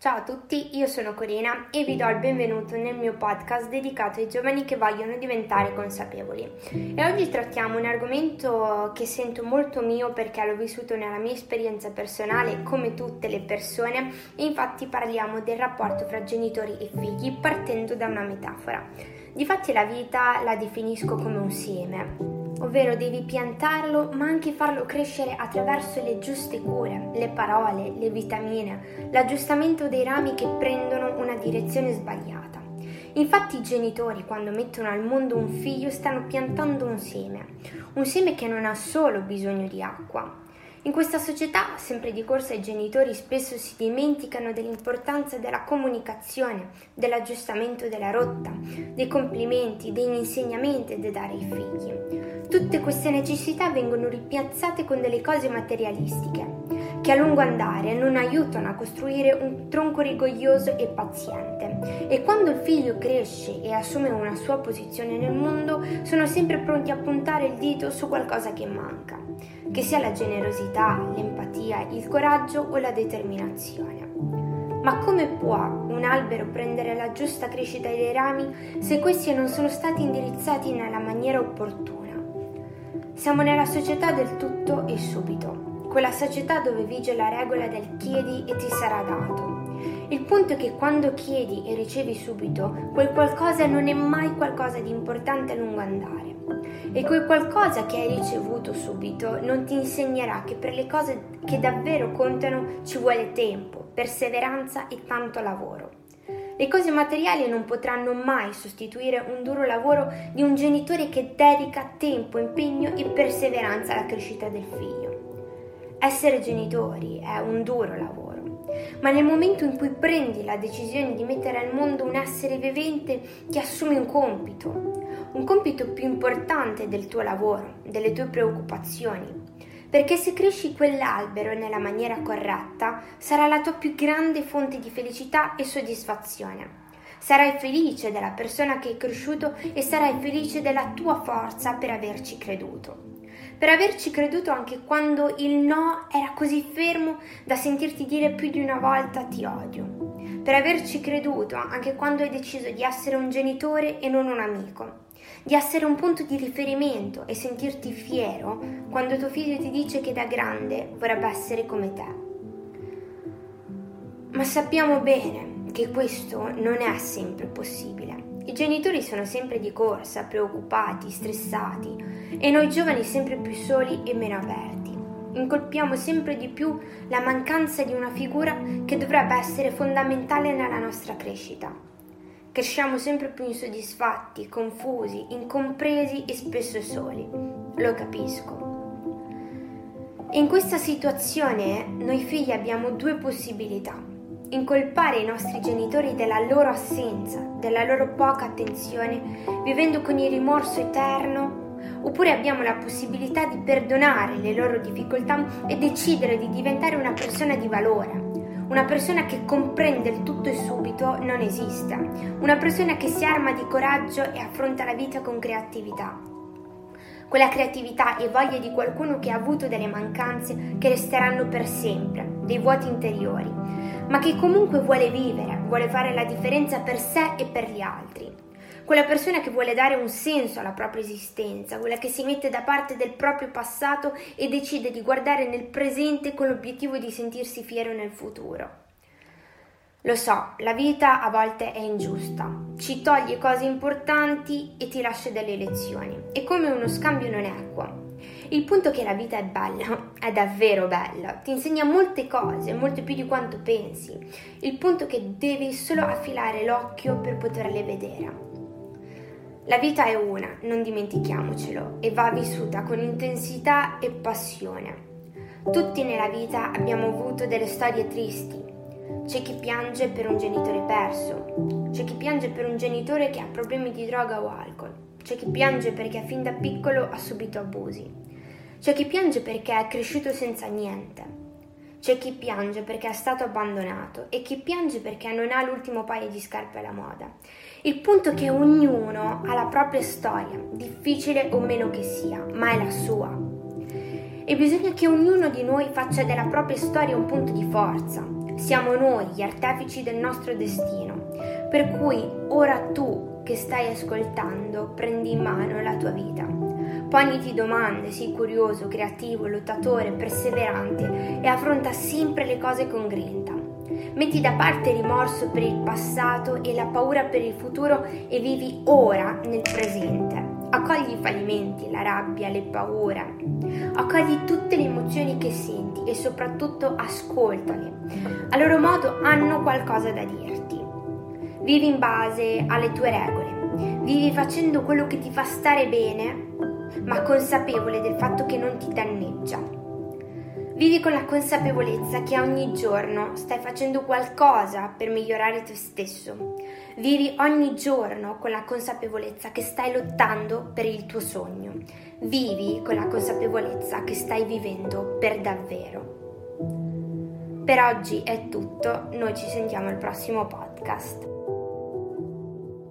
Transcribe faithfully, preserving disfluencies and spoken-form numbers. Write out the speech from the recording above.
Ciao a tutti, io sono Corina e vi do il benvenuto nel mio podcast dedicato ai giovani che vogliono diventare consapevoli. E oggi trattiamo un argomento che sento molto mio perché l'ho vissuto nella mia esperienza personale come tutte le persone, e infatti parliamo del rapporto fra genitori e figli partendo da una metafora. Difatti la vita la definisco come un seme, ovvero devi piantarlo ma anche farlo crescere attraverso le giuste cure, le parole, le vitamine, l'aggiustamento dei rami che prendono una direzione sbagliata. Infatti i genitori, quando mettono al mondo un figlio, stanno piantando un seme, un seme che non ha solo bisogno di acqua. In questa società, sempre di corsa, i genitori spesso si dimenticano dell'importanza della comunicazione, dell'aggiustamento della rotta, dei complimenti, degli insegnamenti da dare ai figli. Tutte queste necessità vengono ripiazzate con delle cose materialistiche, che a lungo andare non aiutano a costruire un tronco rigoglioso e paziente. E quando il figlio cresce e assume una sua posizione nel mondo, sono sempre pronti a puntare il dito su qualcosa che manca, che sia la generosità, l'empatia, il coraggio o la determinazione. Ma come può un albero prendere la giusta crescita dei rami se questi non sono stati indirizzati nella maniera opportuna? Siamo nella società del tutto e subito, quella società dove vige la regola del chiedi e ti sarà dato. Il punto è che quando chiedi e ricevi subito, quel qualcosa non è mai qualcosa di importante a lungo andare. E quel qualcosa che hai ricevuto subito non ti insegnerà che per le cose che davvero contano ci vuole tempo, perseveranza e tanto lavoro. Le cose materiali non potranno mai sostituire un duro lavoro di un genitore che dedica tempo, impegno e perseveranza alla crescita del figlio. Essere genitori è un duro lavoro, ma nel momento in cui prendi la decisione di mettere al mondo un essere vivente, ti assumi un compito, un compito più importante del tuo lavoro, delle tue preoccupazioni. Perché se cresci quell'albero nella maniera corretta, sarà la tua più grande fonte di felicità e soddisfazione. Sarai felice della persona che hai cresciuto e sarai felice della tua forza per averci creduto. Per averci creduto anche quando il no era così fermo da sentirti dire più di una volta ti odio. Per averci creduto anche quando hai deciso di essere un genitore e non un amico. Di essere un punto di riferimento e sentirti fiero quando tuo figlio ti dice che da grande vorrebbe essere come te. Ma sappiamo bene che questo non è sempre possibile. I genitori sono sempre di corsa, preoccupati, stressati e noi giovani sempre più soli e meno aperti. Incolpiamo sempre di più la mancanza di una figura che dovrebbe essere fondamentale nella nostra crescita. Cresciamo sempre più insoddisfatti, confusi, incompresi e spesso soli. Lo capisco. E in questa situazione noi figli abbiamo due possibilità. Incolpare i nostri genitori della loro assenza, della loro poca attenzione, vivendo con il rimorso eterno, oppure abbiamo la possibilità di perdonare le loro difficoltà e decidere di diventare una persona di valore. Una persona che comprende il tutto e subito non esiste. Una persona che si arma di coraggio e affronta la vita con creatività. Quella creatività e voglia di qualcuno che ha avuto delle mancanze che resteranno per sempre, dei vuoti interiori, ma che comunque vuole vivere, vuole fare la differenza per sé e per gli altri. Quella persona che vuole dare un senso alla propria esistenza, quella che si mette da parte del proprio passato e decide di guardare nel presente con l'obiettivo di sentirsi fiero nel futuro. Lo so, la vita a volte è ingiusta, ci toglie cose importanti e ti lascia delle lezioni, è come uno scambio non equo. Il punto è che la vita è bella, è davvero bella, ti insegna molte cose, molto più di quanto pensi. Il punto è che devi solo affilare l'occhio per poterle vedere. La vita è una, non dimentichiamocelo, e va vissuta con intensità e passione. Tutti nella vita abbiamo avuto delle storie tristi. C'è chi piange per un genitore perso, c'è chi piange per un genitore che ha problemi di droga o alcol, c'è chi piange perché fin da piccolo ha subito abusi, c'è chi piange perché è cresciuto senza niente. C'è chi piange perché è stato abbandonato e chi piange perché non ha l'ultimo paio di scarpe alla moda. Il punto è che ognuno ha la propria storia, difficile o meno che sia, ma è la sua. E bisogna che ognuno di noi faccia della propria storia un punto di forza, Siamo noi gli artefici del nostro destino, per cui ora tu che stai ascoltando prendi in mano la tua vita. Poniti domande, sii curioso, creativo, lottatore, perseverante e affronta sempre le cose con grinta. Metti da parte il rimorso per il passato e la paura per il futuro e vivi ora nel presente. Accogli i fallimenti, la rabbia, le paure. Accogli tutte le emozioni che senti e soprattutto ascoltali. A loro modo hanno qualcosa da dirti. Vivi in base alle tue regole. Vivi facendo quello che ti fa stare bene, ma consapevole del fatto che non ti danneggia. Vivi con la consapevolezza che ogni giorno stai facendo qualcosa per migliorare te stesso. Vivi ogni giorno con la consapevolezza che stai lottando per il tuo sogno. Vivi con la consapevolezza che stai vivendo per davvero. Per oggi è tutto, noi ci sentiamo al prossimo podcast.